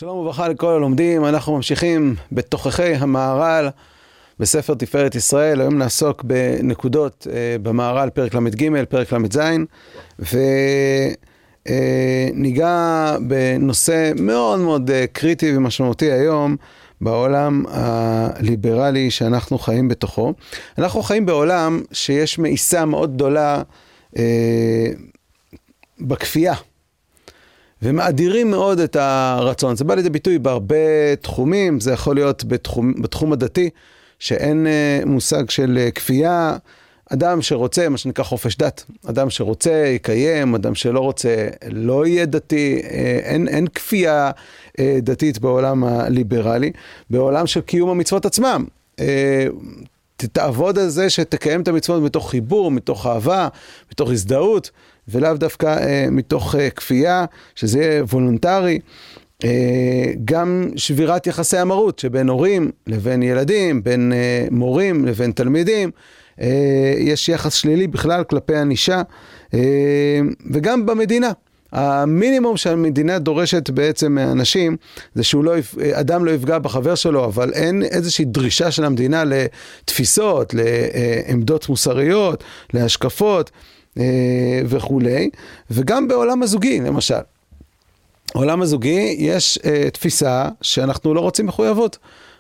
שלום וברכה לכל הלומדים, אנחנו ממשיכים בתוככי המהר"ל בספר תפארת ישראל. היום נעסוק בנקודות במהר"ל פרק ל"ג, פרק ל"ז, וניגע בנושא מאוד מאוד קריטי ומשמעותי היום בעולם הליברלי שאנחנו חיים בתוכו. אנחנו חיים בעולם שיש מאיסה מאוד גדולה בכפייה. ומאדירים מאוד את הרצון. זה בא לידי ביטוי בהרבה תחומים, זה יכול להיות בתחום הדתי, שאין מושג של כפייה. אדם שרוצה, מה שנקרא חופש דת, אדם שרוצה יקיים, אדם שלא רוצה לא יהיה דתי, אין כפייה דתית בעולם הליברלי, בעולם של קיום המצוות עצמם. תעבוד על זה שתקיים את המצוות מתוך חיבור, מתוך אהבה, מתוך הזדהות, ולאו דווקא מתוך כפייה, שזה יהיה וולונטרי. גם שבירת יחסי המרות שבין הורים לבין ילדים, בין מורים לבין תלמידים, יש יחס שלילי בכלל כלפי ענישה, וגם במדינה. המינימום שהמדינה דורשת בעצם מאנשים, זה אדם לא יפגע בחבר שלו, אבל אין איזושהי דרישה של המדינה לתפיסות, לעמדות מוסריות, להשקפות וכולי. וגם בעולם הזוגי, למשל. בעולם הזוגי יש תפיסה שאנחנו לא רוצים מחויבות,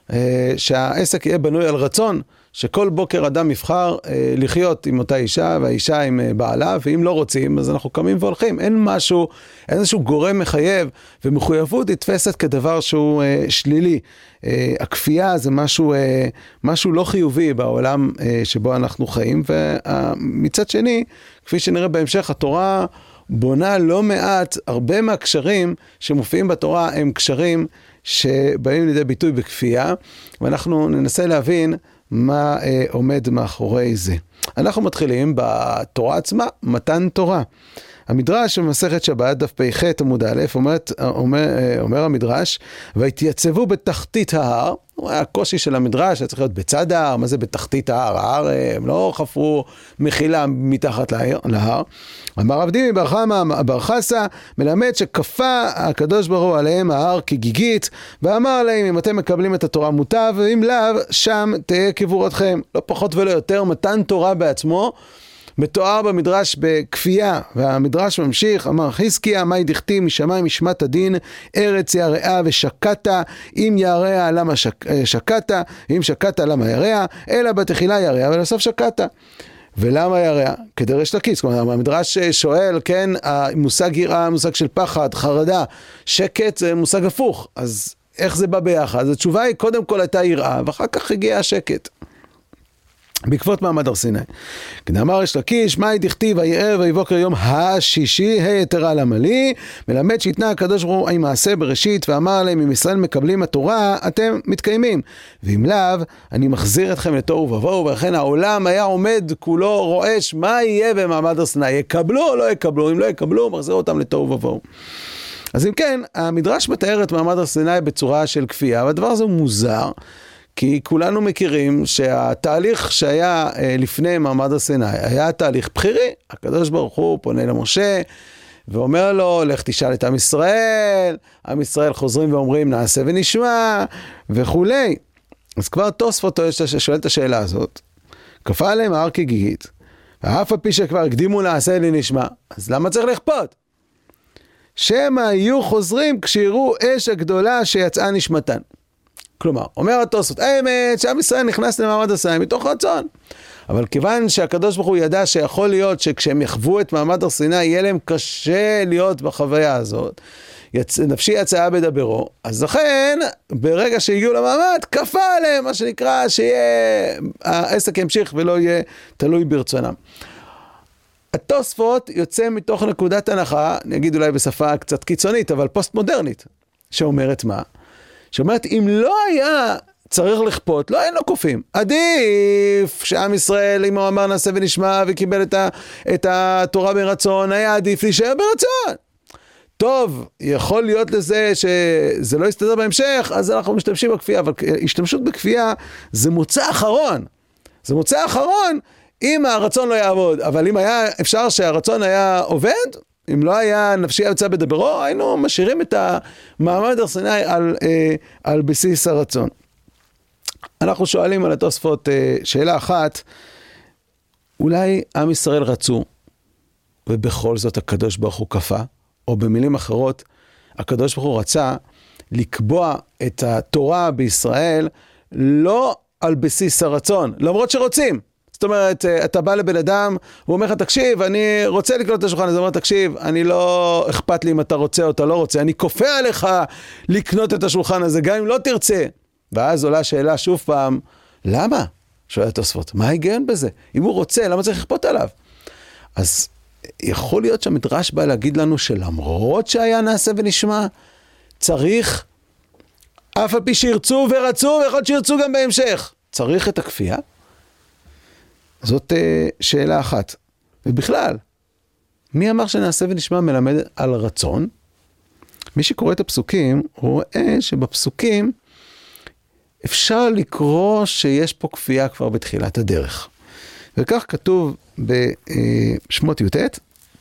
שהעסק יהיה בנוי על רצון, שכל בוקר אדם יבחר לחיות עם אותה אישה, והאישה עם בעלה, ואם לא רוצים, אז אנחנו קמים והולכים. אין איזשהו גורם מחייב, ומחויבות היא תפסת כדבר שהוא שלילי. הכפייה זה משהו לא חיובי בעולם שבו אנחנו חיים, ומצד שני, כפי שנראה בהמשך, התורה בונה לא מעט, הרבה מהקשרים שמופיעים בתורה הם קשרים שבאים לידי ביטוי בכפייה, ואנחנו ננסה להבין מה עומד מאחורי זה. אנחנו מתחילים בתורה עצמה, מתן תורה. המדרש במסכת שבת, דף פ"ח עמוד א', אומר המדרש, והתייצבו בתחתית ההר. הקושי של המדרש, צריך להיות בצד ההר. מה זה בתחתית ההר? ההר, הם לא חפרו מחילה מתחת להר. אמר רב דימי בר חסא, מלמד שכפה הקדוש ברוך הוא עליהם ההר כגיגית, ואמר להם, אם אתם מקבלים את התורה מוטב, ואם לאו, שם תהיה קבורתכם. לא פחות ולא יותר, מתן תורה בעצמו, מתואר במדרש בכפייה, והמדרש ממשיך, אמר חזקיה, מאי דכתיב משמיים משמעת הדין, ארץ יראה ושקעת, אם יראה למה שקעת, אם שקעת למה יראה, אלא בתחילה יראה ולסוף שקעת. ולמה יראה? כדרש לקיץ. כלומר, המדרש שואל, כן, המושג יראה, מושג של פחד, חרדה, שקט זה מושג הפוך, אז איך זה בא ביחד? אז התשובה היא, קודם כל הייתה יראה, ואחר כך הגיע השקט. בעקבות מעמד הר סיני. כדאמר ריש לקיש, מאי דכתיב ויער ויבוקר יום השישי, היתרה למה לי, מלמד שהתנה הקדוש ברוך הוא עם מעשה בראשית, ואמר להם, אם ישראל מקבלים התורה, אתם מתקיימים. ואם לאו, אני מחזיר אתכם לתוהו ובוהו, ולכן העולם היה עומד כולו רועש, מה יהיה במעמד הר סיני? יקבלו או לא יקבלו? אם לא יקבלו, מחזיר אותם לתוהו ובוהו. אז אם כן, המדרש מתאר את מעמד הר סיני בצורה של כפייה, והדבר הזה הוא מוזר, כי כולנו מכירים שהתהליך שהיה לפני מעמד הר סיני היה תהליך בחירי. הקדוש ברוך הוא פונה למשה ואומר לו, לך תשאל את עם ישראל, עם ישראל חוזרים ואומרים נעשה ונשמע וכולי. אז כבר תוספות שואל את השאלה הזאת, כפה עליהם ההר כגיגית, ואף על פי שכבר הקדימו נעשה ונשמע, אז למה צריך לכפות? שמא יהיו חוזרים כשיראו אש הגדולה שיצאה נשמתן. כלומר, אומר התוספות, האמת שעם ישראל נכנס למעמד הר סיני מתוך רצון. אבל כיוון שהקדוש ברוך הוא ידע שיכול להיות שכשהם יחוו את מעמד הר סיני, יהיה להם קשה להיות בחוויה הזאת, נפשי יצאה בדברו, אז לכן, ברגע שהגיעו למעמד, כפה עליהם, מה שנקרא, שהעסק ימשיך ולא יהיה תלוי ברצונם. התוספות יוצא מתוך נקודת הנחה, נגיד אולי בשפה קצת קיצונית, אבל פוסט מודרנית, שאומרת מה? שאומרת, אם לא היה צריך לכפות, לא היינו כופים. עדיף שעם ישראל, אם הוא אמר נעשה ונשמע וקיבל את התורה ברצון, היה עדיף להישאר ברצון. טוב, יכול להיות לזה שזה לא יסתדר בהמשך, אז אנחנו משתמשים בכפייה, אבל השתמשות בכפייה זה מוצא אחרון. זה מוצא אחרון אם הרצון לא יעבוד, אבל אם היה אפשר שהרצון היה עובד, אם לא היה נפשי יוצא בדברו, היינו משאירים את המעמד הר סיני על בסיס הרצון. אנחנו שואלים על התוספות שאלה אחת, אולי עם ישראל רצו, ובכל זאת הקדוש ברוך הוא כפה, או במילים אחרות, הקדוש ברוך הוא רצה לקבוע את התורה בישראל, לא על בסיס הרצון, למרות שרוצים. זאת אומרת, אתה בא לבן אדם, הוא אומר לך, תקשיב, אני רוצה לקנות את השולחן, אז הוא אומר, תקשיב, אני לא אכפת לי אם אתה רוצה או אתה לא רוצה, אני כופה עליך לקנות את השולחן הזה, גם אם לא תרצה. ואז עולה שאלה שוב פעם, למה? שואל התוספות, מה ההיגיון בזה? אם הוא רוצה, למה צריך לכפות עליו? אז יכול להיות שהמדרש בא להגיד לנו שלמרות שהיה נעשה ונשמע, צריך, אף על פי שירצו ורצו, ויכול להיות שירצו גם בהמשך. צריך את הכפייה? זאת שאלה אחת. ובכלל, מי אמר שנעשה ונשמע מלמד על רצון? מי שקורא את הפסוקים, הוא רואה שבפסוקים אפשר לקרוא שיש פה כפייה כבר בתחילת הדרך. וכך כתוב בשמות י"ט,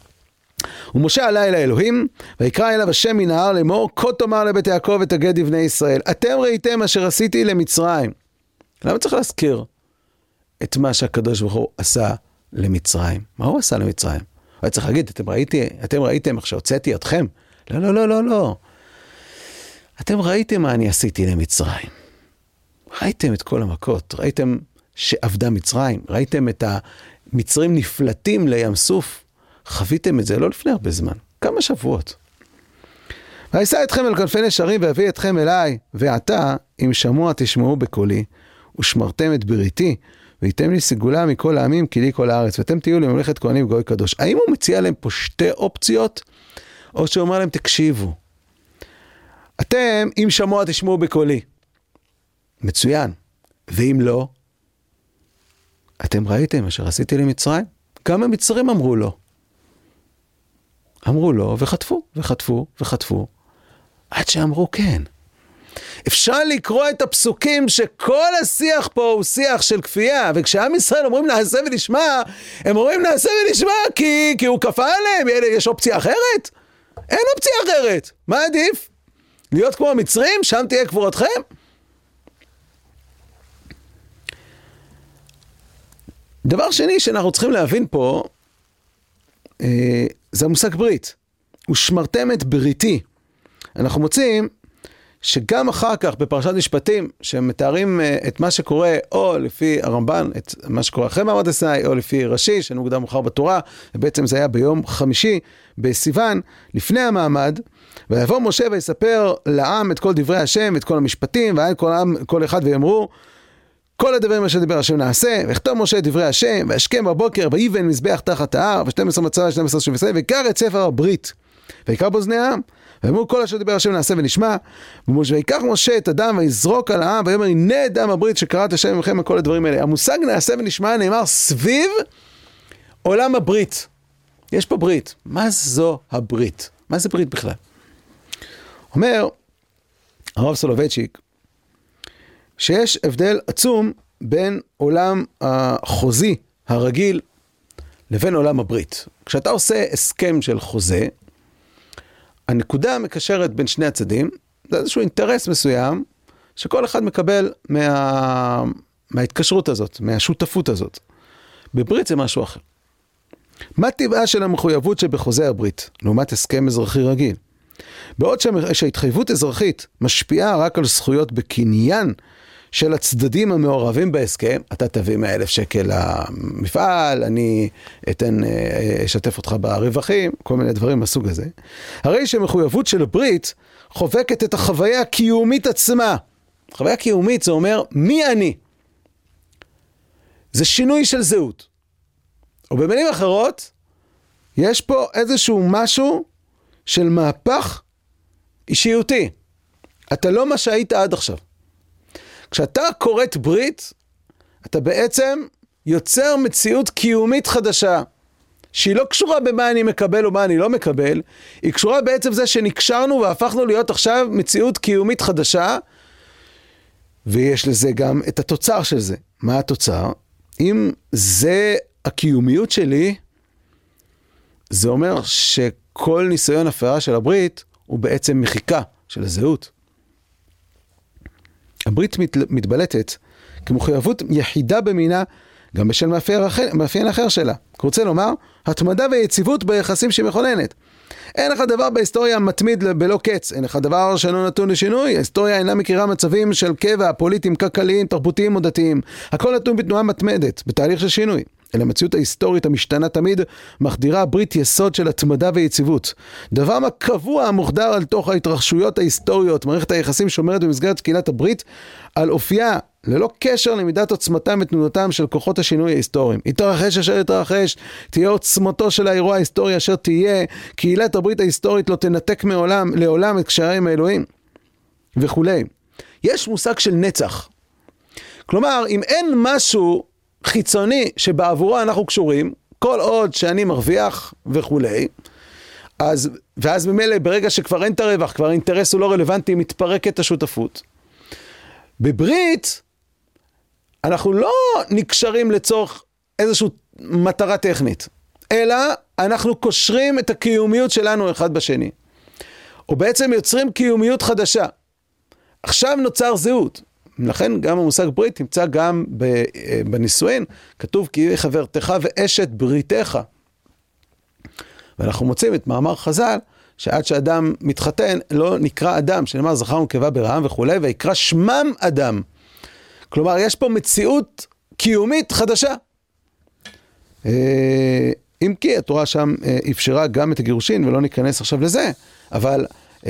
ומשה עלה אל האלוהים, ויקרא אליו השם מן ההר לאמור, כה תאמר לבית יעקב ותגד לבני ישראל, אתם ראיתם אשר עשיתי למצרים. למה צריך להזכיר את מה שהקדוש ברוך הוא עשה למצרים? מה הוא עשה למצרים? הוא צריך להגיד, אתם ראיתם איך שהוצאתי אתכם? לא, לא, לא, לא, לא. אתם ראיתם מה אני עשיתי למצרים. ראיתם את כל המכות, ראיתם שעבדה מצרים, ראיתם את המצרים נפלטים לים סוף, חוויתם את זה לא לפני הרבה זמן, כמה שבועות. וישא אתכם אל כנפי נשרים ויביא אתכם אליי, ועתה אם שמוע תשמעו בקולי, ושמרתם את בריתי, וייתם לי סגולה מכל העמים כי לי כל הארץ, ואתם תהיו לי ממלכת כהנים וגוי קדוש. האם הוא מציע להם פה שתי אופציות, או שהוא אומר להם תקשיבו, אתם אם שמוע תשמעו בקולי, מצוין, ואם לא, אתם ראיתם אשר עשיתי למצרים? גם המצרים אמרו לו. אמרו לו וחטפו, וחטפו, וחטפו, עד שאמרו כן. אפשר לקרוא את הפסוקים שכל השיח פה הוא שיח של כפייה, וכשעם ישראל אומרים נעשה ונשמע, הם אומרים נעשה ונשמע כי הוא כפה עליהם, יש אופציה אחרת? אין אופציה אחרת. מה עדיף? להיות כמו המצרים, שם תהיה קבורתכם? דבר שני שאנחנו צריכים להבין פה, זה המושג ברית. ושמרתם את בריתי. אנחנו מוצאים שגם אחר כך בפרשת משפטים, שמתארים את מה שקורה, או לפי הרמב"ן, את מה שקורה אחרי מעמד הר סיני, או לפי רש"י, שנוגדר מאוחר בתורה, ובעצם זה היה ביום חמישי בסיוון, לפני המעמד, ויבוא משה ויספר לעם את כל דברי השם, את כל המשפטים, והיה כל אחד ויאמרו, כל הדברים אשר דיבר השם נעשה, וכתוב משה את דברי השם, וישכם בבוקר, ויבן מזבח תחת ההר, ו12 מצבה, 12 שוב ישראל, ויקרא את ספר הברית, ויקרא באוזני העם, ואמרו כל אשר דיבר השם נעשה ונשמע, ויקח משה את הדם ויזרוק על העם, ויאמר הנה דם הברית שקראת השם עמכם על כל הדברים האלה. המושג נעשה ונשמע נאמר סביב עולם הברית. יש פה ברית. מה זו הברית? מה זה ברית בכלל? אומר הרב סולובייצ'יק, שיש הבדל עצום בין עולם החוזי הרגיל לבין עולם הברית. כשאתה עושה הסכם של חוזה, הנקודה המקשרת בין שני הצדדים, זה איזשהו אינטרס מסוים, שכל אחד מקבל מההתקשרות הזאת, מהשותפות הזאת. בברית זה משהו אחר. מה טבעה של המחויבות שבחוזה הברית, לעומת הסכם אזרחי רגיל? בעוד שההתחייבות אזרחית משפיעה רק על זכויות בקניין של הצדדים המעורבים בהסכם, אתה תביא 100,000 שקל למפעל, אני אשתף אותך ברווחים, כל מיני דברים מהסוג הזה. הרי שמחויבות של הברית חובקת את החוויה הקיומית עצמה. חוויה קיומית זה אומר מי אני? זה שינוי של זהות. או במילים אחרות, יש פה איזשהו משהו של מהפך אישיותי. אתה לא מה שהיית עד עכשיו. כשאתה קוראת ברית, אתה בעצם יוצר מציאות קיומית חדשה, שהיא לא קשורה במה אני מקבל או מה אני לא מקבל, היא קשורה בעצם זה שנקשרנו והפכנו להיות עכשיו מציאות קיומית חדשה, ויש לזה גם את התוצר של זה. מה התוצר? אם זה הקיומיות שלי, זה אומר כל ניסיון הפרה של הברית הוא בעצם מחיקה של הזהות. הברית מתבלטת כמחויבות יחידה במינה, גם בשל מאפיין אחר שלה. אני רוצה לומר, התמדה ויציבות ביחסים שמכוננת. אין לך דבר בהיסטוריה מתמיד בלא קץ, אין לך דבר שאינו נתון לשינוי. ההיסטוריה אינה מכירה מצבים של קבע, פוליטיים, כלכליים, תרבותיים או דתיים. הכל נתון בתנועה מתמדת, בתהליך של שינוי. אלא המציאות ההיסטורית המשתנה תמיד מחדירה ברית יסוד של התמדה ויציבות. דבר מה קבוע המוחדר על תוך ההתרחשויות ההיסטוריות, מערכת היחסים שומרת במסגרת קהילת הברית על אופייה, ללא קשר למידת עוצמתם ותנודתם של כוחות השינוי ההיסטוריים. יתרחש אשר יתרחש, תהיה עוצמתו של האירוע ההיסטורי אשר תהיה, קהילת הברית ההיסטורית לא תנתק לעולם את קשריה עם האלוהים, וכו'. יש מושג של נצח. כלומר, אם אין משהו חיצוני שבעבורו אנחנו קשורים, כל עוד שאני מרוויח וכולי, ואז ממילא ברגע שכבר אין את הרווח, כבר האינטרס הוא לא רלוונטי, מתפרקת השותפות. בברית, אנחנו לא נקשרים לצורך איזושהי מטרה טכנית, אלא אנחנו קושרים את הקיומיות שלנו אחד בשני. או בעצם יוצרים קיומיות חדשה. עכשיו נוצר זהות. לכן גם המושג ברית נמצא גם בנישואין, כתוב כי יהיה חברתך ואשת בריתך. ואנחנו מוצאים את מאמר חז"ל, שעד שאדם מתחתן לא נקרא אדם, שנאמר זכר ונקבה ברעם וכו', ויקרא שמם אדם. כלומר, יש פה מציאות קיומית חדשה. אם כי התורה שם אפשרה גם את הגירושין, ולא ניכנס עכשיו לזה, אבל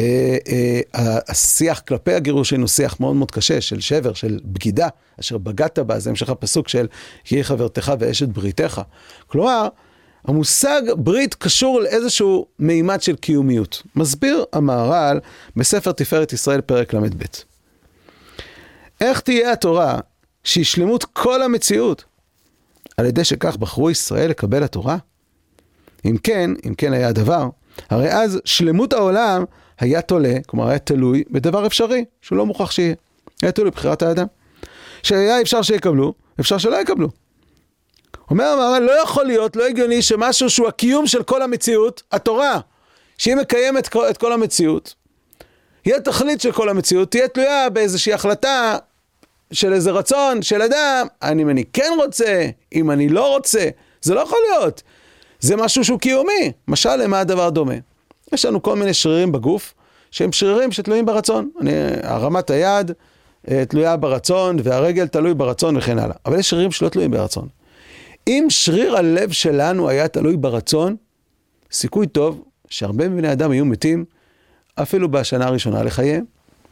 השיח כלפי הגירושין הוא שיח מאוד מאוד קשה, של שבר, של בגידה, אשר בגדת בה, זה המשך הפסוק של יהיה חברתך ואשת בריתך. כלומר, המושג ברית קשור לאיזשהו מימד של קיומיות. מסביר המהר"ל בספר תפארת ישראל פרק ל"ב. איך תהיה התורה שהיא שלמות כל המציאות, על ידי שכך בחרו ישראל לקבל התורה? אם כן היה הדבר, הרי אז שלמות העולם היה תולה, כלומר היה תלוי בדבר אפשרי, שהוא לא מוכרח שיהיה. היה תלוי בבחירת האדם. שהיה אפשר שיקבלו, אפשר שלא יקבלו. אומר המהר"ל, לא יכול להיות, לא הגיוני שמשהו שהוא הקיום של כל המציאות, התורה, שהיא מקיימת את כל המציאות, היא התכלית של כל המציאות, תהיה תלויה באיזושהי החלטה של איזה רצון של אדם, אם אני כן רוצה, אם אני לא רוצה, זה לא יכול להיות. זה משהו שהוא קיומי. משל למה הדבר דומה? יש לנו כל מיני שרירים בגוף, שהם שרירים שתלויים ברצון. הרמת היד תלויה ברצון, והרגל תלוי ברצון וכן הלאה. אבל יש שרירים שלא תלויים ברצון. אם שריר הלב שלנו היה תלוי ברצון, סיכוי טוב שהרבה מבני אדם היו מתים, אפילו בשנה הראשונה לחייהם.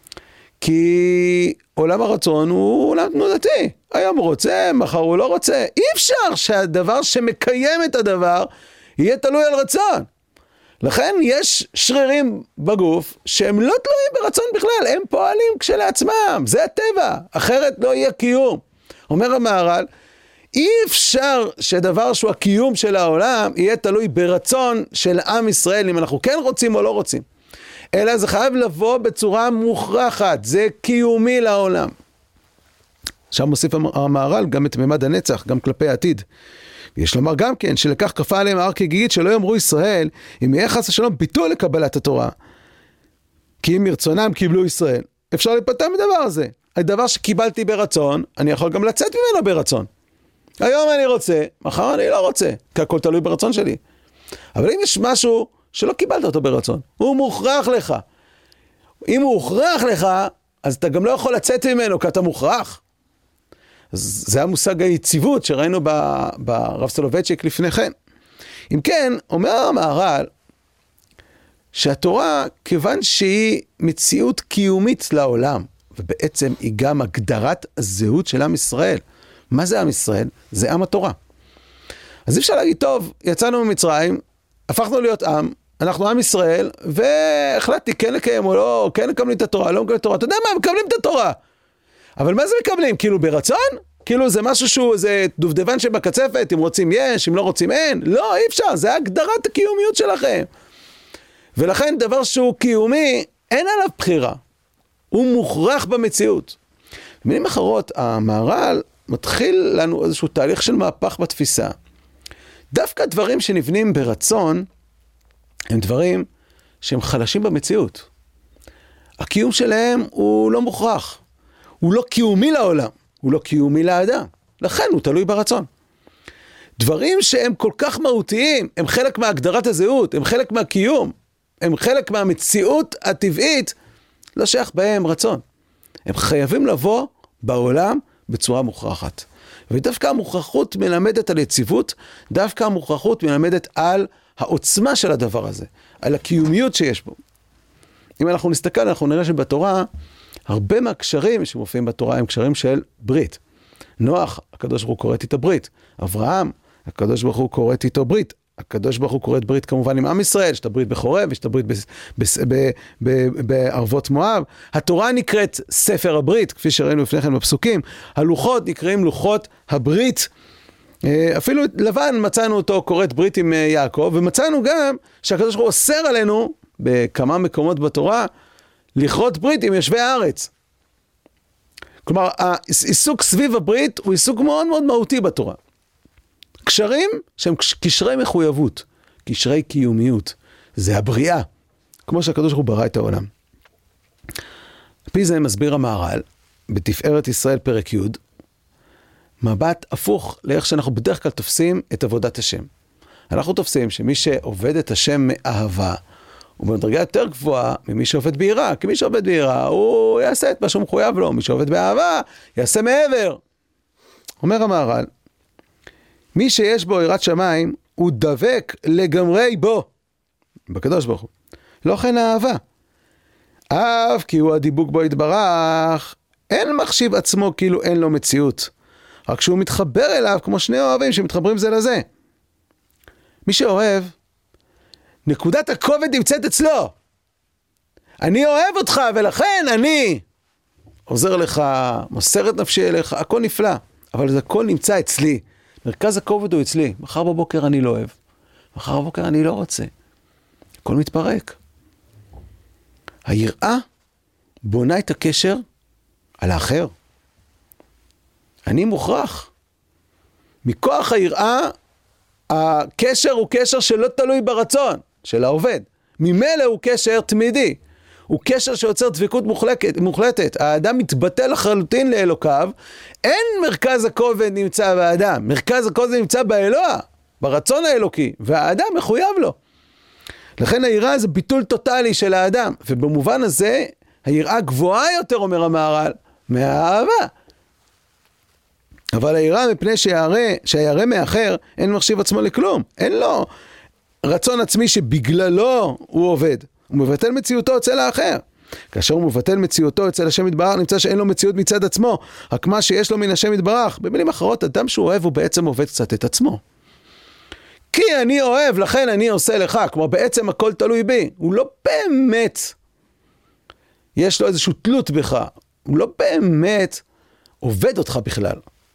כי עולם הרצון הוא עולם תנודתי. היום הוא רוצה, מחר הוא לא רוצה. אי אפשר שהדבר שמקיים את הדבר יהיה תלוי על רצון. לכן יש שרירים בגוף שהם לא תלויים ברצון בכלל, הם פועלים כשלעצמם, זה הטבע, אחרת לא יהיה קיום. אומר המהר"ל, אי אפשר שדבר שהוא הקיום של העולם יהיה תלוי ברצון של עם ישראל, אם אנחנו כן רוצים או לא רוצים. אלא זה חייב לבוא בצורה מוכרחת, זה קיומי לעולם. שם מוסיף המהר"ל גם את ממד הנצח, גם כלפי העתיד. יש לומר גם כן, שלקח כפה עליהם הר כגיגית, שלא יאמרו ישראל, אם יהיה חס ושלום ביטול לקבלת התורה. כי אם מרצונם קיבלו ישראל, אפשר להיפטר מדבר הזה. הדבר שקיבלתי ברצון, אני יכול גם לצאת ממנו ברצון. היום אני רוצה, מחר אני לא רוצה, כי הכל תלוי ברצון שלי. אבל אם יש משהו שלא קיבלת אותו ברצון, הוא מוכרח לך. אם הוא מוכרח לך, אז אתה גם לא יכול לצאת ממנו, כי אתה מוכרח. אז זה המושג היציבות שראינו ברב סולובייצ'יק לפני כן. אם כן, אומר המהר"ל, שהתורה, כיוון שהיא מציאות קיומית לעולם, ובעצם היא גם הגדרת הזהות של עם ישראל. מה זה עם ישראל? זה עם התורה. אז אפשר להגיד, טוב, יצאנו ממצרים, הפכנו להיות עם, אנחנו עם ישראל, והחלטתי כן לקיים או לא, כן מקבלים את התורה, לא מקבלים את התורה. אתה יודע מה? מקבלים את התורה. אבל מה זה מקבלים? כאילו ברצון? כאילו זה משהו שהוא איזה דובדבן שבקצפת, אם רוצים יש, אם לא רוצים אין. לא, אי אפשר, זה הגדרת הקיומיות שלכם. ולכן דבר שהוא קיומי, אין עליו בחירה. הוא מוכרח במציאות. במילים אחרות, המהר"ל מתחיל לנו איזשהו תהליך של מהפך בתפיסה. דווקא דברים שנבנים ברצון, הם דברים שהם חלשים במציאות. הקיום שלהם הוא לא מוכרח. הוא לא קיומי לעולם, הוא לא קיומי לאדם. לכן הוא תלוי ברצון. דברים שהם כל כך מהותיים, הם חלק מהגדרת הזהות, הם חלק מהקיום, הם חלק מהמציאות הטבעית, לא שייך בהם רצון. הם חייבים לבוא בעולם בצורה מוכרחת. ודווקא המוכרחות מלמדת על יציבות, דווקא המוכרחות מלמדת על העוצמה של הדבר הזה, על הקיומיות שיש בו. אם אנחנו נסתכל, אנחנו נראה שבתורה, הרבה מהקשרים שמופיעים בתורה הם קשרים של ברית. נוח, הקדוש ברוך הוא כורת איתו ברית. אברהם, הקדוש ברוך הוא כורת איתו ברית. הקדוש ברוך הוא כורת ברית כמובן עם עם ישראל, יש את הברית בחורב, יש את הברית בערבות מואב. התורה נקראת ספר הברית, כפי שראינו לפני כן בפסוקים. הלוחות נקראים לוחות הברית. אפילו לבן מצאנו אותו כורת ברית עם יעקב, ומצאנו גם שהקדוש ברוך הוא אוסר עלינו בכמה מקומות בתורה לכרות ברית עם יושבי הארץ. כלומר, העיסוק סביב הברית הוא עיסוק מאוד מאוד מהותי בתורה. קשרים שהם קשרי מחויבות, קשרי קיומיות. זה הבריאה, כמו שהקדוש ברוך הוא ברא את העולם. לפי זה מסביר המהר"ל, בתפארת ישראל פרק י', מבט הפוך לאיך שאנחנו בדרך כלל תופסים את עבודת השם. אנחנו תופסים שמי שעובד את השם מאהבה, הוא במדרגה יותר גבוהה ממי שעובד ביראה, כי מי שעובד ביראה הוא יעשה את מה שהוא מחויב לו, מי שעובד באהבה יעשה מעבר. אומר המהר"ל, מי שיש בו יראת שמיים, הוא דבק לגמרי בו, בקדוש ברוך הוא. לא כן האהבה. אף כי הוא הדיבוק בו יתברך, אין מחשיב עצמו כאילו אין לו מציאות. רק שהוא מתחבר אליו כמו שני אוהבים שמתחברים זה לזה. מי שאוהב, נקודת הכובד נמצאת אצלו. אני אוהב אותך ולכן אני עוזר לך, מוסר את נפשי אליך, הכל נפלא. אבל זה הכל נמצא אצלי. מרכז הכובד הוא אצלי. מחר בבוקר אני לא אוהב. מחר בבוקר אני לא רוצה. הכל מתפרק. היראה בונה את הקשר על האחר. אני מוכרח. מכוח היראה, הקשר הוא קשר שלא תלוי ברצון של העובד. ממילא הוא קשר תמידי. הוא קשר שיוצר דבקות מוחלטת. האדם מתבטא לחלוטין לאלוקיו. אין מרכז הכובד נמצא באדם. מרכז הכובד נמצא באלוה, ברצון האלוקי. והאדם מחויב לו. לכן היראה זה ביטול טוטלי של האדם. ובמובן הזה, היראה גבוהה יותר, אומר המהר"ל, מהאהבה. אבל היראה מפני שהירא מאחר, אין מחשיב עצמו לכלום. אין לו רצון עצמי שבגללו הוא עובד. הוא מבטל מציאותו אצל האחר. כאשר הוא מבטל מציאותו אצל השם יתברך, נמצא שאין לו מציאות מצד עצמו. רק מה שיש לו מן השם יתברך. במילים אחרות, אדם שהוא אוהב, הוא בעצם עובד קצת את עצמו. כי אני אוהב, לכן אני עושה לך. כמו בעצם הכל תלוי בי. הוא לא באמת, יש לו איזושהי תלות בך. הוא לא באמת עובד אותך בכלל.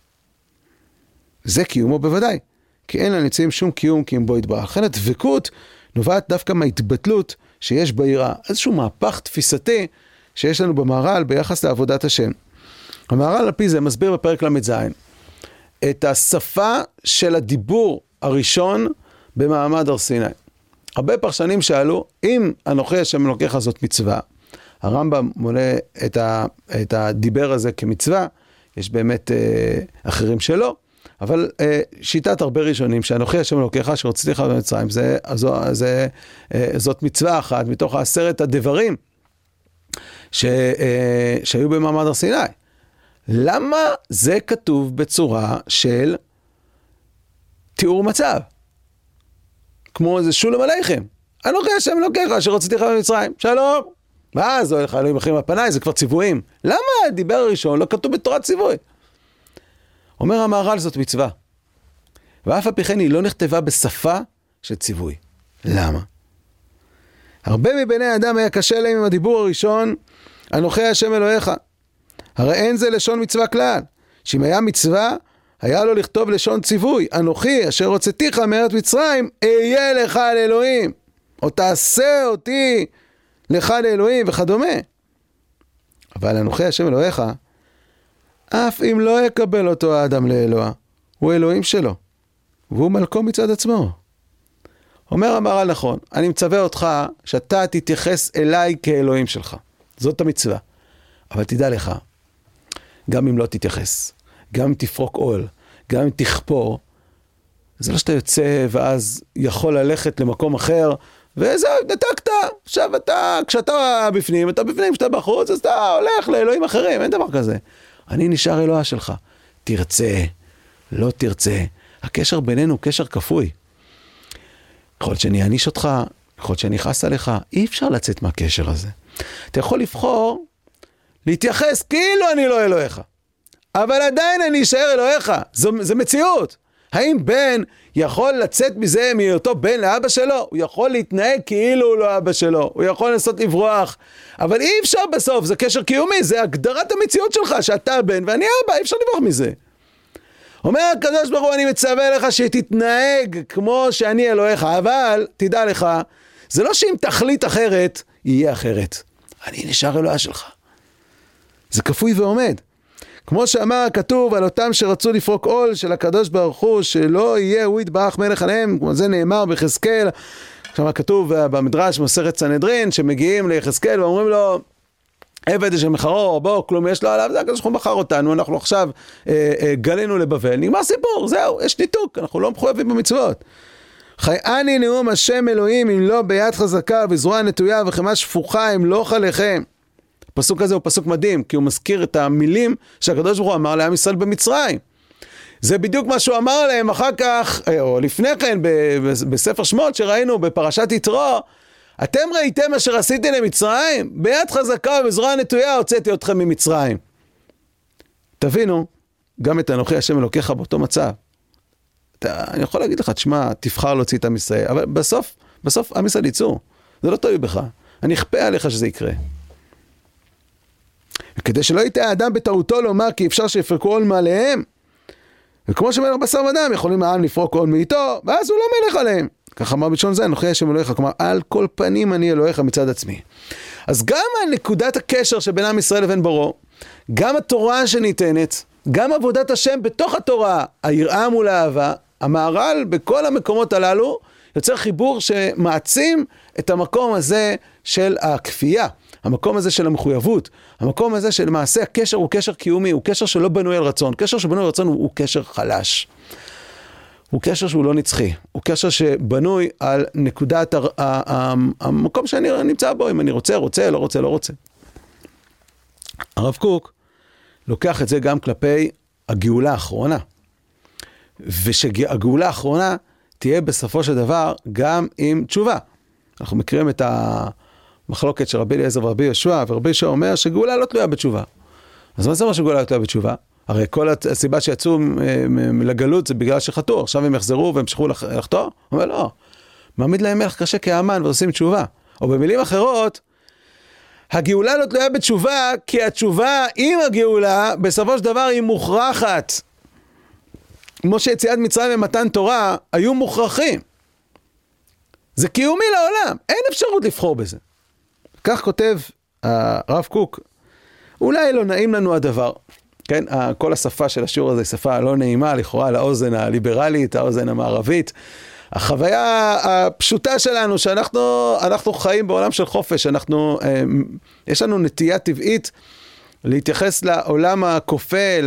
זה קיומו בוודאי. כי אין לנצאים שום קיום כי אם בו יתברך. לכן הדבקות נובעת דווקא מההתבטלות שיש ביראה. איזשהו מהפך תפיסתי שיש לנו במהר"ל ביחס לעבודת השם. המהר"ל על פי זה מסביר בפרק ל"ז את השפה של הדיבור הראשון במעמד הר סיני. הרבה פרשנים שאלו, אם אנוכי השם אלוקיך זאת מצווה, הרמב"ם מונה את הדיבר הזה כמצווה, יש באמת אחרים שלא, אבל שיטת הרבה ראשונים, שאנוכי השם אלוקיך שהוצאתיך במצרים, זאת מצווה אחת מתוך 10 הדברים שהיו במעמד הר סיני. למה זה כתוב בצורה של תיאור מצב? כמו איזה שולם עליכם. אנוכי השם אלוקיך שהוצאתיך במצרים, שלום. ואז אוהל לך אלוהים אחרים על פניי, זה כבר ציוויים. למה הדיבר הראשון לא כתוב בתורת ציווי? אומר המהר"ל זאת מצווה. ואף על פי כן היא לא נכתבה בשפה של ציווי. למה? הרבה מבני האדם היה קשה להם עם הדיבור הראשון, אנוכי השם אלוהיך. הרי אין זה לשון מצווה כלל. שאם היה מצווה, היה לו לכתוב לשון ציווי. אנוכי אשר הוצאתיך מארץ מצרים, אהיה לך לאלוהים. או תעשה אותי לך לאלוהים וכדומה. אבל אנוכי השם אלוהיך, אף אם לא יקבל אותו האדם לאלוה, הוא אלוהים שלו, והוא מלכו מצד עצמו. אומר המהר"ל נכון, אני מצווה אותך שאתה תתייחס אליי כאלוהים שלך. זאת המצווה. אבל תדע לך, גם אם לא תתייחס, גם אם תפרוק עול, גם אם תכפור, זה לא שאתה יוצא ואז יכול ללכת למקום אחר, וזהו, נתקת. עכשיו אתה, כשאתה בפנים, אתה בפנים, כשאתה בחוץ, אז אתה הולך לאלוהים אחרים, אין דבר כזה. אני נשאר אלוה שלך. תרצה, לא תרצה. הקשר בינינו הוא קשר כפוי. יכול להיות שאני אעניש אותך, יכול להיות שאני אכעס עליך, אי אפשר לצאת מהקשר הזה. אתה יכול לבחור, להתייחס כאילו אני לא אלוהיך. אבל עדיין אני אשאר אלוהיך. זו מציאות. האם בן יכול לצאת מזה מאותו בן לאבא שלו? הוא יכול להתנהג כאילו הוא לא אבא שלו. הוא יכול לנסות לברוח. אבל אי אפשר בסוף, זה קשר קיומי, זה הגדרת המציאות שלך, שאתה בן ואני אבא, אי אפשר לברוח מזה. אומר הקדוש ברוך הוא, אני מצווה לך שתתנהג כמו שאני אלוהיך, אבל תדע לך, זה לא שאם תחליט אחרת, יהיה אחרת. אני נשאר אלוה שלך. זה כפוי ועומד. כמו שאמר כתוב על אותם שרצו לפרוק עול של הקדוש ברוך הוא, שלא יהיה הוא יתברך מלך עליהם, כמו זה נאמר ביחזקאל, כמה כתוב במדרש מסכת סנהדרין, שמגיעים ליחזקאל ואומרים לו, עבד שמחרו, בוא, כלום יש לו עליו, זה הקדוש ברוך הוא בחר אותנו, אנחנו עכשיו גלינו לבבל, נגמר סיפור, זהו, יש ניתוק, אנחנו לא מחויבים במצוות. חייני נאום השם אלוהים, אם לא ביד חזקה וזרוע נטויה וחמה שפוכה, אם לא חליכם. הפסוק הזה הוא פסוק מדהים, כי הוא מזכיר את המילים שהקדוש ברוך הוא אמר לעם ישראל במצרים. זה בדיוק מה שהוא אמר להם אחר כך, או לפני כן, בספר שמות שראינו בפרשת יתרו, אתם ראיתם אשר עשיתי למצרים? ביד חזקה ובזרוע נטויה הוצאתי אתכם ממצרים. תבינו, גם את אנוכי השם אלוקיך באותו מצב. אני יכול להגיד לך, תשמע, תבחר להוציא את עם ישראל, אבל בסוף עם ישראל יצאו. זה לא טוב בך. אני אכפה עליך שזה יקרה. וכדי שלא יטעה האדם בטעותו לומר כי אפשר שיפרקו עול מעליהם, וכמו שמלך בשר ודם יכולים העם לפרוק עול מאיתו, ואז הוא לא מלך עליהם. כך אמר בלשון זה, אנוכי השם אלוהיך, כלומר, על כל פנים אני אלוהיך מצד עצמי. אז גם נקודת הקשר שבין עם ישראל לבין בוראו, גם התורה שניתנת, גם עבודת השם בתוך התורה, היראה מול האהבה, המהר"ל בכל המקומות הללו, יוצר חיבור שמעצים את המקום הזה של הכפייה, המקום הזה של המחויבות, המקום הזה שלמעשה הקשר הוא קשר קיומי, הוא קשר שלא בנוי על רצון, קשר שבנוי על רצון הוא קשר חלש. הוא קשר שהוא לא נצחי, הוא קשר שבנוי על נקודת המקום שאני נמצא בו, אם אני רוצה, לא רוצה. הרב קוק לוקח את זה גם כלפי הגאולה האחרונה, ושהגאולה האחרונה תהיה בסופו של דבר גם עם תשובה. אנחנו מכירים את המחלוקת של רבי אליעזר ורבי יהושע, ורבי יהושע אומר שגאולה לא תלויה בתשובה. אז מה זה אומר שגאולה לא תלויה בתשובה? הרי כל הסיבה שיצאו לגלות זה בגלל שחטאו, עכשיו הם יחזרו והמשכו לחטוא? הוא אומר לא, מעמיד להם מלך קשה כהמן ועושים תשובה. או במילים אחרות, הגאולה לא תלויה בתשובה, כי התשובה עם הגאולה בסופו של דבר היא מוכרחת. כמו שיציאת מצרים ומתן תורה היו מוכרחים. זה קיומי לעולם, אין אפשרות לבחור בזה. כך כותב הרב קוק, אולי לא נעים לנו הדבר. כן, כל השפה של השיעור הזה היא שפה לא נעימה, לכאורה לאוזן הליברלית, האוזן המערבית. החוויה הפשוטה שלנו, שאנחנו חיים בעולם של חופש, יש לנו נטייה טבעית להתייחס לעולם הכופה,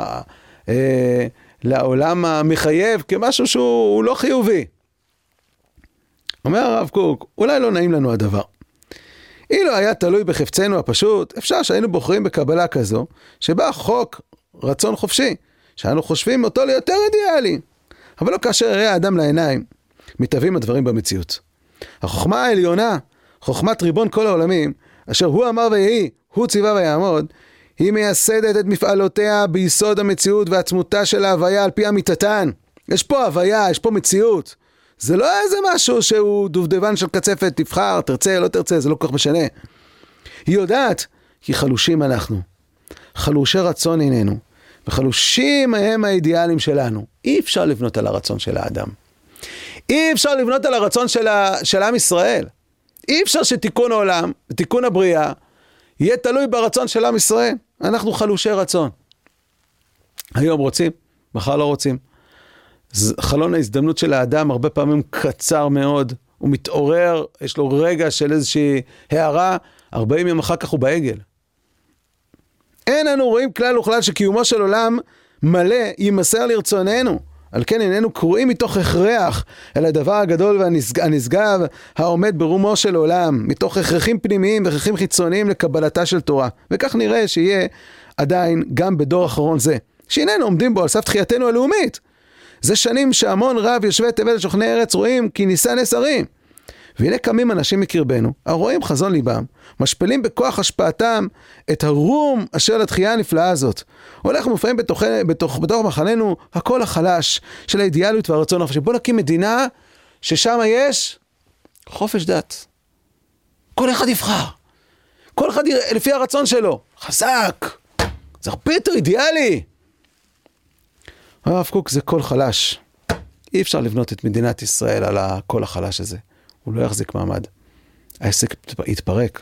לעולם המחייב, כמשהו שהוא לא חיובי. אומר הרב קוק, אולי לא נעים לנו הדבר. אילו היה תלוי בחפצנו הפשוט, אפשר שהיינו בוחרים בקבלה כזו, שבה חוק רצון חופשי, שאנו חושבים אותו ליותר אידיאלי. אבל לא כאשר יראה האדם לעיניים, מתהווים הדברים במציאות. החוכמה העליונה, חוכמת ריבון כל העולמים, אשר הוא אמר ויהי, הוא ציווה ויעמוד, היא מייסדת את מפעלותיה ביסוד המציאות ועצמותה של ההוויה על פי אמיתתן. יש פה הוויה, יש פה מציאות. זה לא איזה משהו שהוא דובדבן של קצפת, תבחר, תרצה, לא תרצה, זה לא כל כך משנה. היא יודעת, כי חלושים אנחנו. חלושי רצון איננו. וחלושים הם האידיאלים שלנו. אי אפשר לבנות על הרצון של האדם. אי אפשר לבנות על הרצון של עם ישראל. אי אפשר שתיקון העולם, תיקון הבריאה, יהיה תלוי ברצון של עם ישראל. אנחנו חלושי רצון. היום רוצים, מחר לא רוצים. חלון ההזדמנות של האדם הרבה פעמים קצר מאוד, הוא מתעורר, יש לו רגע של איזושהי הערה, 40 יום אחר כך הוא בעגל. אין אנו רואים כלל וכלל שקיומו של עולם מלא יימסר לרצוננו. על כן איננו קרואים מתוך הכרח אל הדבר הגדול והנשגב העומד ברומו של עולם, מתוך הכרחים פנימיים והכרחים חיצוניים לקבלתה של תורה. וכך נראה שיהיה עדיין גם בדור אחרון זה, שאיננו עומדים בו על סף תחייתנו הלאומית. זה שנים שהמון רב יושבי תבל שוכני ארץ רואים כי ניסה נסרים. והנה קמים אנשים מקרבנו, הרואים חזון ליבם, משפלים בכוח השפעתם את הרום אשר לתחייה הנפלאה הזאת. הולך ומופעים בתוך מחננו הקול החלש של האידיאליות והרצון החופשי. בוא נקים מדינה ששם יש חופש דת. כל אחד יבחר. כל אחד לפי הרצון שלו. חזק. זה הרבה יותר אידיאלי. הרב קוק זה קול חלש. אי אפשר לבנות את מדינת ישראל על הקול החלש הזה. הוא לא יחזיק מעמד. העסק יתפרק.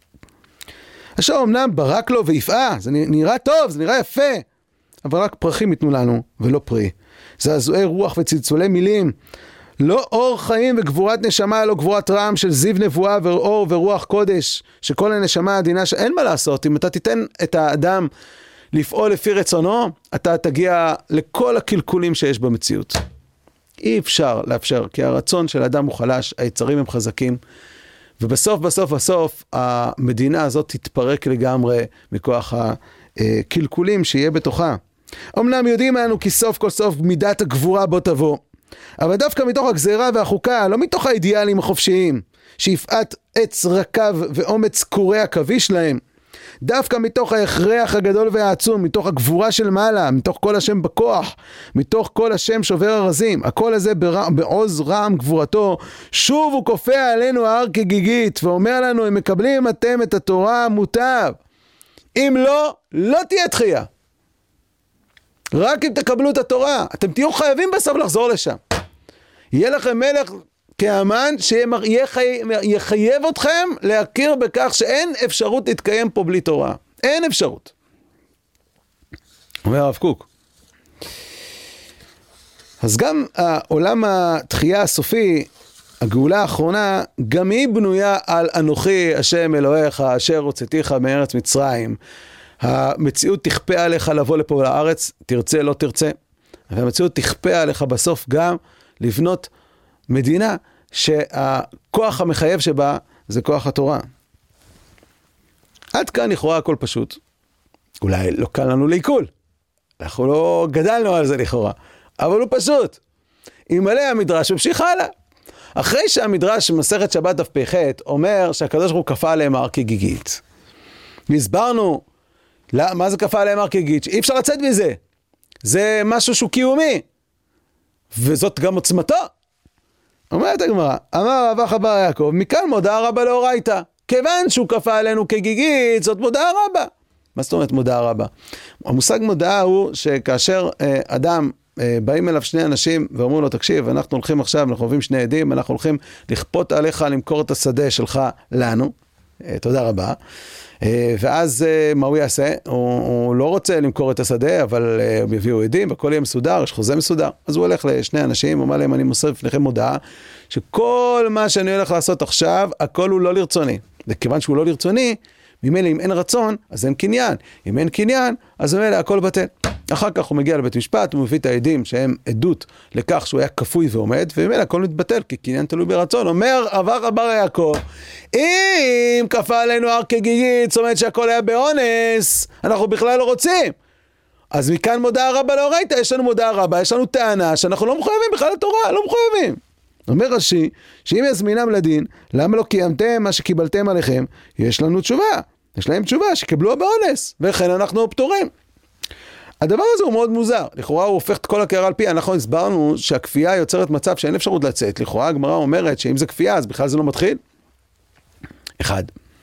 עכשיו אמנם ברק לו ויפעה, זה נראה טוב, זה נראה יפה, אבל רק פרחים יתנו לנו ולא פרי. זעזועי רוח וצלצולי מילים, לא אור חיים וגבורת נשמה, לא גבורת רעם של זיו נבואה ואור ורוח קודש, שכל הנשמה העדינה, אין מה לעשות, אם אתה תיתן את האדם לפעול לפי רצונו, אתה תגיע לכל הקלקולים שיש במציאות. אי אפשר לאפשר, כי הרצון של האדם הוא חלש, היצרים הם חזקים, ובסוף המדינה הזאת תתפרק לגמרי מכוח הקלקולים שיהיה בתוכה. אמנם יודעים אנו כי סוף כל סוף מידת הגבורה בו תבוא, אבל דווקא מתוך הגזירה והחוקה, לא מתוך האידיאלים החופשיים, שיפעת עץ רקב ואומץ קורי הכביש להם, דווקא מתוך ההכרח הגדול והעצום, מתוך הגבורה של מעלה, מתוך כל השם בכוח, מתוך כל השם שובר הרזים, הכל הזה בעוז רעם גבורתו, שוב הוא כופה עלינו ההר כגיגית, ואומר לנו, אם מקבלים אתם את התורה מוטב, אם לא, לא תהיה תחייה. רק אם תקבלו את התורה, אתם תהיו חייבים בסוף לחזור לשם. יהיה לכם מלך כאמן שיחייב אתכם להכיר בכך שאין אפשרות להתקיים פה בלי תורה. אין אפשרות. אומר הרב קוק. אז גם העולם התחייה הסופי, הגאולה האחרונה, גם היא בנויה על אנוכי השם אלוהיך אשר הוצאתיך מארץ מצרים. המציאות תכפה עליך לבוא לפה לארץ, תרצה לא תרצה. והמציאות תכפה עליך בסוף גם לבנות מדינה שהכוח המחייב שבה זה כוח התורה. עד כאן לכאורה הכל פשוט. אולי לא קל לנו לעיכול. אנחנו לא גדלנו על זה לכאורה. אבל הוא פשוט. ימלא המדרש ומשיך הלאה. אחרי שהמדרש מסכת שבת דף פ"ח אומר שהקדוש ברוך הוא כפה עליהם הר כגיגית. והסברנו מה זה כפה עליהם הר כגיגית. אי אפשר לצאת מזה. זה משהו שהוא קיומי. וזאת גם עוצמתו. אומרת הגמרא, אמר רבא חבר יעקב, מכאן מודעה רבה לאורייתא. כיוון שהוא כפה עלינו כגיגית, זאת מודעה רבה. מה זאת אומרת מודעה רבה? המושג מודעה הוא שכאשר אדם באים אליו שני אנשים ואומרים לו, תקשיב, אנחנו הולכים עכשיו, אנחנו אוהבים שני עדים, אנחנו הולכים לכפות עליך למכור את השדה שלך לנו. תודה רבה. ואז מה הוא יעשה? הוא לא רוצה למכור את השדה, אבל הם יביאו עדים, והכל יהיה מסודר, יש חוזה מסודר. אז הוא הולך לשני אנשים, הוא אומר להם, אני מוסר לפניכם מודעה, שכל מה שאני הולך לעשות עכשיו, הכל הוא לא לרצוני. וכיוון שהוא לא לרצוני, ממילא אם אין רצון, אז אין קניין. אם אין קניין, אז ממילא הכל בטל. אחר כך הוא מגיע לבית משפט, הוא מביא את העדים שהם עדות לכך שהוא היה כפוי ועומד, וממילא הכל מתבטל, כי קניין תלוי ברצון. אומר רבא יעקב, אם כפה עלינו הר כגיגית, זאת אומרת שהכל היה באונס, אנחנו בכלל לא רוצים. אז מכאן מודעה רבה לאורייתא, יש לנו מודעה רבה, יש לנו טענה שאנחנו לא מחויבים בכלל לתורה, לא מחויבים. אומר רש"י, שאם יזמינם לדין, למה לא קיימתם מה שקיבלתם עליכם? יש לנו תשובה, יש להם תשובה שקיבלו באונס, וכן אנחנו פטורים. הדבר הזה הוא מאוד מוזר, לכאורה הוא הופך את כל הקערה על פיה, אנחנו הסברנו שהכפייה יוצרת מצב שאין אפשרות לצאת, לכאורה הגמרא אומרת שאם זה כפייה אז בכלל זה לא מתחיל. אחד.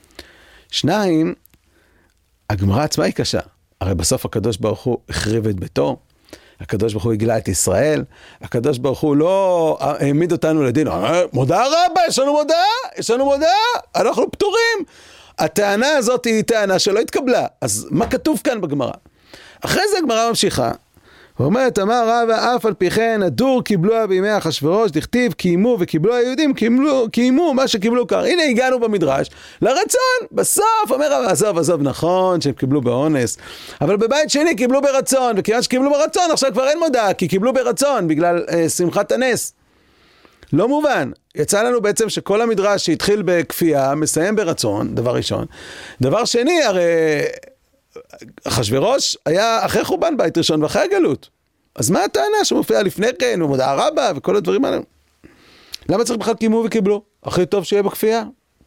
שניים, הגמרא עצמה היא קשה, הרי בסוף הקדוש ברוך הוא החריב את ביתו, הקדוש ברוך הוא הגלה את ישראל, הקדוש ברוך הוא לא העמיד אותנו לדין, מודעה רבה, יש לנו מודעה, אנחנו פטורים. הטענה הזאת היא טענה שלא התקבלה, אז מה כתוב כאן בגמרא? אחרי זה הגמרא ממשיכה, ואומרת, אמר רבא, אף על פי כן, הדור קיבלוה בימי אחשוורוש, דכתיב, קיימו וקיבלו היהודים, קיימו מה שקיבלו קר. הנה הגענו במדרש, לרצון, בסוף, אומר רבא, עזוב, נכון שהם קיבלו באונס, אבל בבית שני קיבלו ברצון, וכיוון שקיבלו ברצון, עכשיו כבר אין מודעה, כי קיבלו ברצון, בגלל שמחת הנס. לא מובן. יצא לנו בעצם שכל המדרש שהתחיל בכפייה, מסיים ברצון, דבר ראשון. דבר שני, הרי אחשוורוש היה אחרי חורבן בית ראשון ואחרי הגלות. אז מה הטענה שמופיעה לפני כן, ומודעה רבה וכל הדברים האלה? למה צריך בכלל קיימו וקיבלו? הכי טוב שיהיה בכפייה.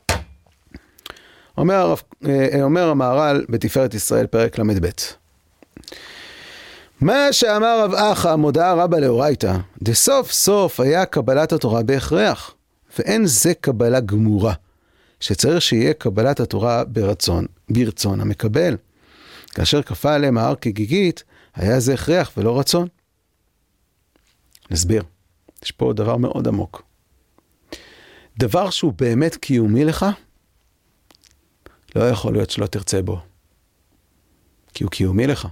אומר המהר"ל בתפארת ישראל פרק ל"ב. מה שאמר רב אחא מודעה רבה לאורייתא, דסוף סוף היה קבלת התורה בהכרח, ואין זה קבלה גמורה, שצריך שיהיה קבלת התורה ברצון המקבל. כאשר כפה עליהם ההר כגיגית, היה זה הכרח ולא רצון. נסביר. יש פה דבר מאוד עמוק. דבר שהוא באמת קיומי לך, לא יכול להיות שלא תרצה בו. כי הוא קיומי לך.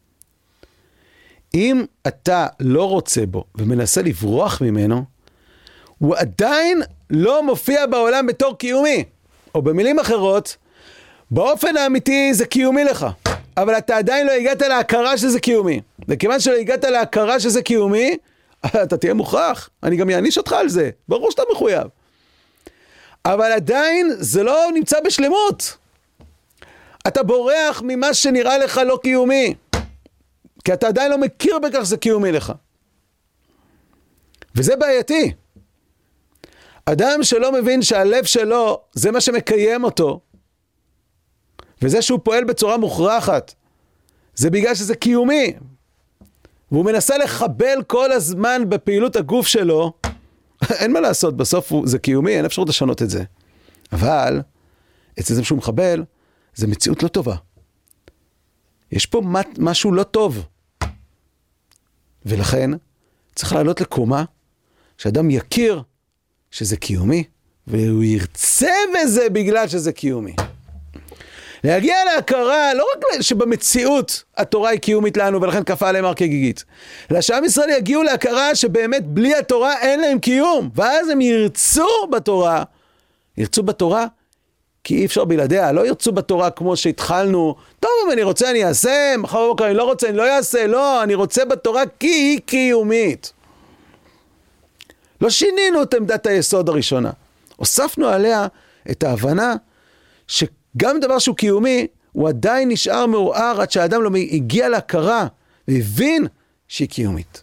אם אתה לא רוצה בו ומנסה לברוח ממנו, הוא עדיין לא מופיע בעולם בתור קיומי. או במילים אחרות, באופן האמיתי זה קיומי לך. אבל אתה עדיין לא הגעת להכרה שזה קיומי. וכיוון שלא הגעת להכרה שזה קיומי, אתה תהיה מוכרח. אני גם יעניש אותך על זה. ברור שאתה מחויב. אבל עדיין זה לא נמצא בשלמות. אתה בורח ממה שנראה לך לא קיומי. כי אתה עדיין לא מכיר בכך שזה קיומי לך. וזה בעייתי. אדם שלא מבין שהלב שלו זה מה שמקיים אותו, וזה שהוא פועל בצורה מוכרחת, זה בגלל שזה קיומי. והוא מנסה לחבל כל הזמן בפעילות הגוף שלו, אין מה לעשות, בסוף זה קיומי, אין אפשרות לשנות את זה. אבל, אצל זה שהוא מחבל, זה מציאות לא טובה. יש פה משהו לא טוב. ולכן, צריך לעלות לקומה, שאדם יכיר שזה קיומי, והוא ירצה בזה בגלל שזה קיומי. להגיע להכרה, לא רק שבמציאות התורה היא קיומית לנו, ולכן כפה עליהם הר כגיגית, אלא שעם ישראל יגיעו להכרה שבאמת בלי התורה אין להם קיום, ואז הם ירצו בתורה, כי אי אפשר בלעדיה, לא ירצו בתורה כמו שהתחלנו, טוב, אם אני רוצה אני אעשה, מחר בבוקר אני לא רוצה, אני לא אעשה, לא, אני רוצה בתורה כי היא קיומית. לא שינינו את עמדת היסוד הראשונה, הוספנו עליה את ההבנה שגם דבר שהוא קיומי, הוא עדיין נשאר מעורער עד שהאדם לא הגיע להכרה, והבין שהיא קיומית.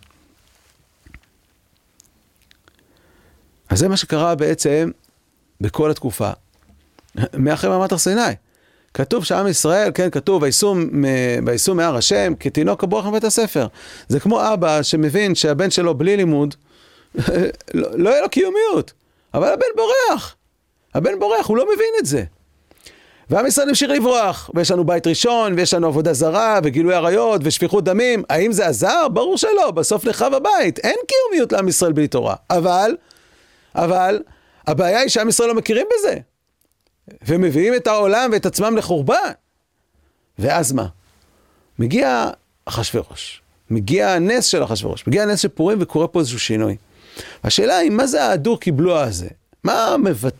אז זה מה שקרה בעצם בכל התקופה. מאחרי מעמד הר סיני. כתוב שעם ישראל, כן, כתוב, וייסעו מהר השם, כתינוק הבורח מבית הספר. זה כמו אבא שמבין שהבן שלו בלי לימוד, לא יהיה לו קיומיות. אבל הבן בורח, הוא לא מבין את זה. ועם ישראל נמשיך לברוח, ויש לנו בית ראשון, ויש לנו עבודה זרה, וגילוי עריות, ושפיכות דמים. האם זה עזר? ברור שלא, בסוף נחרב הבית. אין קיומיות לעם ישראל בלי תורה. אבל, הבעיה היא שעם ישראל לא מכירים בזה. ומביאים את העולם ואת עצמם לחורבן. ואז מה? מגיע אחשוורוש. מגיע הנס של אחשוורוש. מגיע הנס של פורים וקורה פה איזשהו שינוי. השאלה היא, מה זה ההדור קיבלו הזה? מה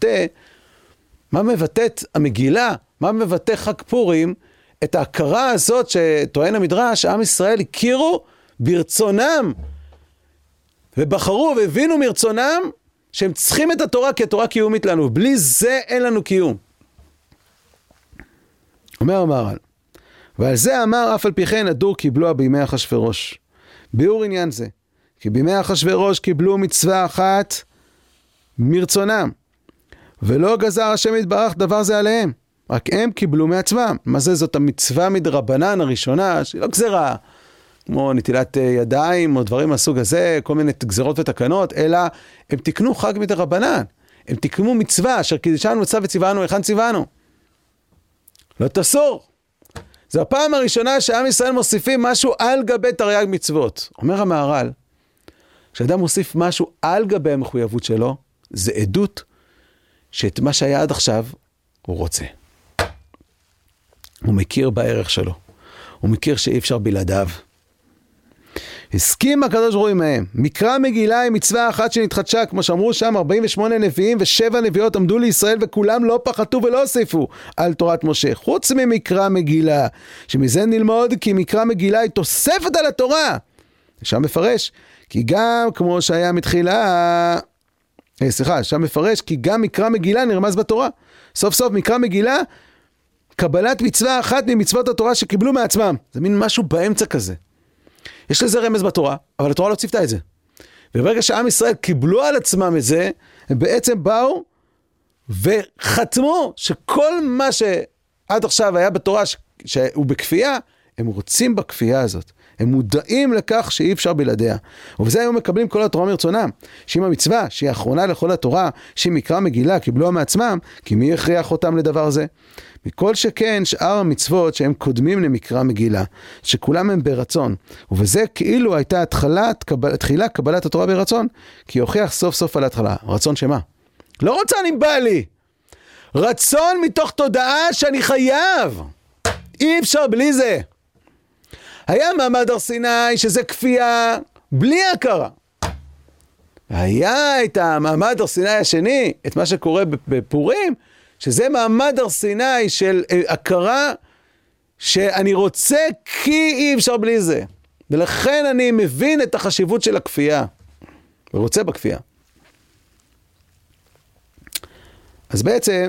מבטאת המגילה? מה מבטא חג פורים? את ההכרה הזאת שטוען המדרש, עם ישראל הכירו ברצונם. ובחרו והבינו מרצונם שהם צריכים את התורה כי התורה קיומית לנו. בלי זה אין לנו קיום. אומר המהר"ל, ועל זה אמר אף על פי כן הדור קיבלוה בימי אחשוורוש. ביאור עניין זה, כי בימי אחשוורוש קיבלו מצווה אחת מרצונם, ולא גזר השם יתברך דבר זה עליהם, רק הם קיבלו מעצמם. מה זה? זאת המצווה מדרבנן הראשונה, שהיא לא גזרה, כמו נטילת ידיים או דברים מהסוג הזה, כל מיני גזרות ותקנות, אלא הם תקנו חג מדרבנן, הם תקנו מצווה, אשר קידשנו מצווה וציוונו, היכן ציוונו? לא תסור. זו הפעם הראשונה שעם ישראל מוסיפים משהו על גבי תרי"ג מצוות. אומר המהר"ל, כשאדם מוסיף משהו על גבי המחויבות שלו, זה עדות שאת מה שהיה עד עכשיו הוא רוצה. הוא מכיר בערך שלו. הוא מכיר שאי אפשר בלעדיו. הסכים הקדוש ברוך הוא עמהם. מקרא מגילה היא מצווה אחת שנתחדשה, כמו שאמרו שם 48 נביאים ו7 נביאות עמדו לישראל, וכולם לא פחתו ולא הוסיפו על תורת משה, חוץ ממקרא מגילה, שמזה נלמוד כי מקרא מגילה היא תוספת על התורה. שם מפרש, כי גם כמו שהיה מתחילה, שם מפרש, כי גם מקרא מגילה נרמז בתורה. סוף סוף מקרא מגילה, קבלת מצווה אחת ממצוות התורה שקיבלו מעצמם. זה מין משהו באמצע כזה. יש לזה רמז בתורה, אבל התורה לא ציפתה את זה. וברגע שעם ישראל קיבלו על עצמם את זה, הם בעצם באו וחתמו שכל מה שעד עכשיו היה בתורה שהוא בכפייה, הם רוצים בכפייה הזאת. הם מודעים לכך שאי אפשר בלעדיה. ובזה היום מקבלים כל התורה מרצונם. שאם המצווה, שהיא האחרונה לכל התורה, שהיא מקרא מגילה, קיבלו מעצמם, כי מי הכריח אותם לדבר זה? מכל שכן שאר המצוות שהם קודמים למקרא מגילה, שכולם הם ברצון. ובזה כאילו הייתה תחילה קבלת התורה ברצון, כי הוכיח סוף סוף על ההתחלה. רצון שמה? לא רצון אם בא לי. רצון מתוך תודעה שאני חייב. אי אפשר בלי זה. היה מעמד הר סיני שזה כפייה בלי הכרה. היה את המעמד הר סיני השני, את מה שקורה בפורים, שזה מעמד הר סיני של הכרה שאני רוצה כי אי אפשר בלי זה. ולכן אני מבין את החשיבות של הכפייה. ורוצה בכפייה. אז בעצם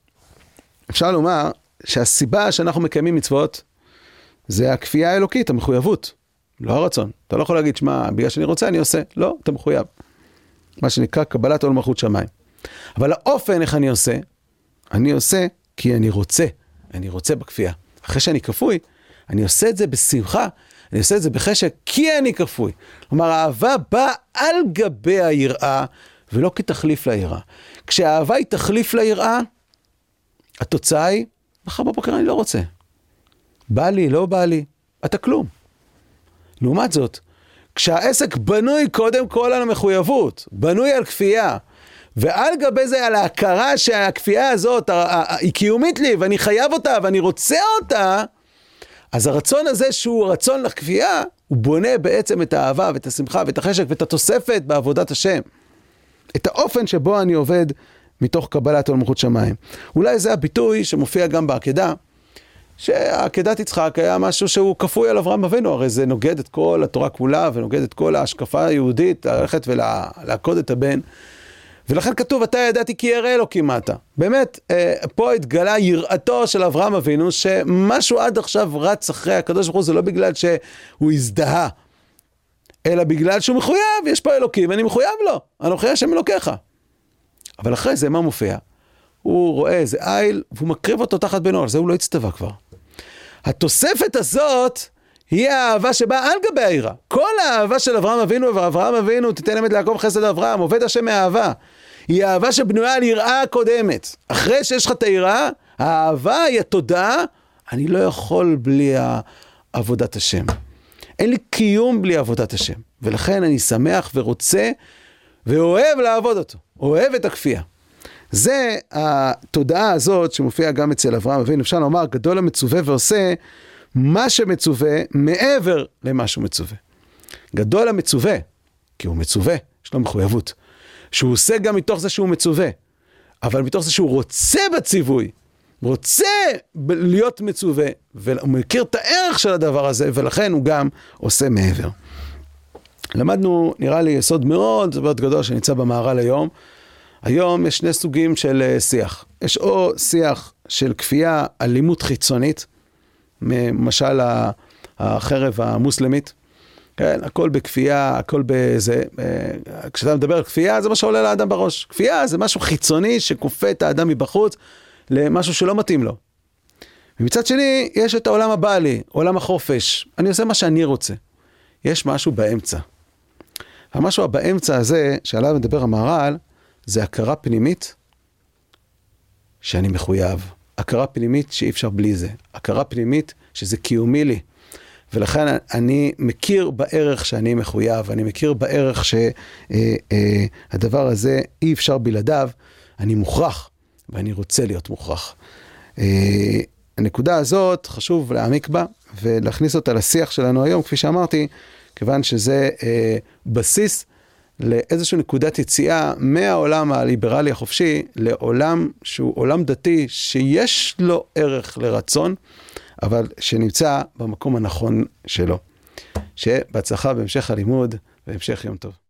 אפשר לומר שהסיבה שאנחנו מקיימים מצוות זה הכפייה האלוקית, המחויבות, לא הרצון. אתה לא יכול להגיד, שמה, בגלל שאני רוצה אני עושה. לא, אתה מחויב. מה שנקרא קבלת עול מלכות שמיים. אבל האופן איך אני עושה כי אני רוצה בכפייה. אחרי שאני כפוי, אני עושה את זה בשמחה, אני עושה את זה בחשק כי אני כפוי. כלומר, האהבה באה על גבי היראה, ולא כתחליף ליראה. כשהאהבה היא תחליף ליראה, התוצאה היא, מחר בבוקר אני לא רוצה. בא לי, לא בא לי, אתה כלום. לעומת זאת, כשהעסק בנוי קודם כל על המחויבות, בנוי על כפייה, ועל גבי זה על ההכרה שהכפייה הזאת היא קיומית לי, ואני חייב אותה, ואני רוצה אותה, אז הרצון הזה שהוא רצון לכפייה, הוא בונה בעצם את האהבה, ואת השמחה, ואת החשק, ואת התוספת בעבודת השם. את האופן שבו אני עובד מתוך קבלת עול מלכות שמיים. אולי זה הביטוי שמופיע גם בעקדה, שהעקדת יצחק היה משהו שהוא כפוי על אברהם אבינו, הרי זה נוגד את כל התורה כולה, ונוגד את כל ההשקפה היהודית, ללכת ולעקוד את הבן, ולכן כתוב, אתה ידעתי כי ירא אלוקים אתה. באמת, פה התגלה יראתו של אברהם אבינו, שמשהו עד עכשיו רץ אחרי הקדוש ברוך הוא, זה לא בגלל שהוא הזדהה, אלא בגלל שהוא מחויב, יש פה אלוקים, ואני מחויב לו, אנוכי השם אלוקיך. אבל אחרי זה, מה מופיע? הוא רואה איזה איל, והוא מקריב אותו תחת בנו, על זה הוא לא הצטווה כבר. התוספת הזאת, היא האהבה שבאה על גבי היראה. כל האהבה של אברהם אבינו, ואברהם אבינו תיתן אמת ליעקב חסד אברהם, עובד השם מאהבה. היא האהבה שבנויה על יראה הקודמת. אחרי שיש לך את היראה, האהבה היא התודעה, אני לא יכול בלי עבודת השם. אין לי קיום בלי עבודת השם. ולכן אני שמח ורוצה, ואוהב לעבוד אותו. אוהב את הכפייה. זה התודעה הזאת שמופיעה גם אצל אברהם אבינו. אפשר לומר, גדול המצווה ועושה מה שמצווה מעבר למה שהוא מצווה. גדול המצווה, כי הוא מצווה, יש לו מחויבות. שהוא עושה גם מתוך זה שהוא מצווה, אבל מתוך זה שהוא רוצה בציווי, רוצה להיות מצווה, והוא מכיר את הערך של הדבר הזה, ולכן הוא גם עושה מעבר. למדנו, נראה לי, יסוד מאוד מאוד גדול שנמצא במהר"ל היום. היום יש שני סוגים של שיח. יש או שיח של כפייה, אלימות חיצונית, למשל החרב המוסלמית, כן, הכל בכפייה, הכל בזה, כשאתה מדבר על כפייה, זה מה שעולה לאדם בראש. כפייה זה משהו חיצוני שכופה את האדם מבחוץ למשהו שלא מתאים לו. ומצד שני, יש את העולם הבא לי, עולם החופש. אני עושה מה שאני רוצה. יש משהו באמצע. המשהו באמצע הזה, שעליו מדבר המהר"ל, זה הכרה פנימית שאני מחויב. הכרה פנימית שאי אפשר בלי זה. הכרה פנימית שזה קיומי לי. ולכן אני מכיר בערך שאני מחויב, אני מכיר בערך שהדבר הזה אי אפשר בלעדיו, אני מוכרח, ואני רוצה להיות מוכרח. הנקודה הזאת חשוב להעמיק בה, ולהכניס אותה לשיח שלנו היום, כפי שאמרתי, כיוון שזה בסיס לאיזושהי נקודת יציאה מהעולם הליברלי החופשי לעולם שהוא עולם דתי שיש לו ערך לרצון, אבל שנמצא במקום הנכון שלו. שבהצלחה בהמשך הלימוד והמשך יום טוב.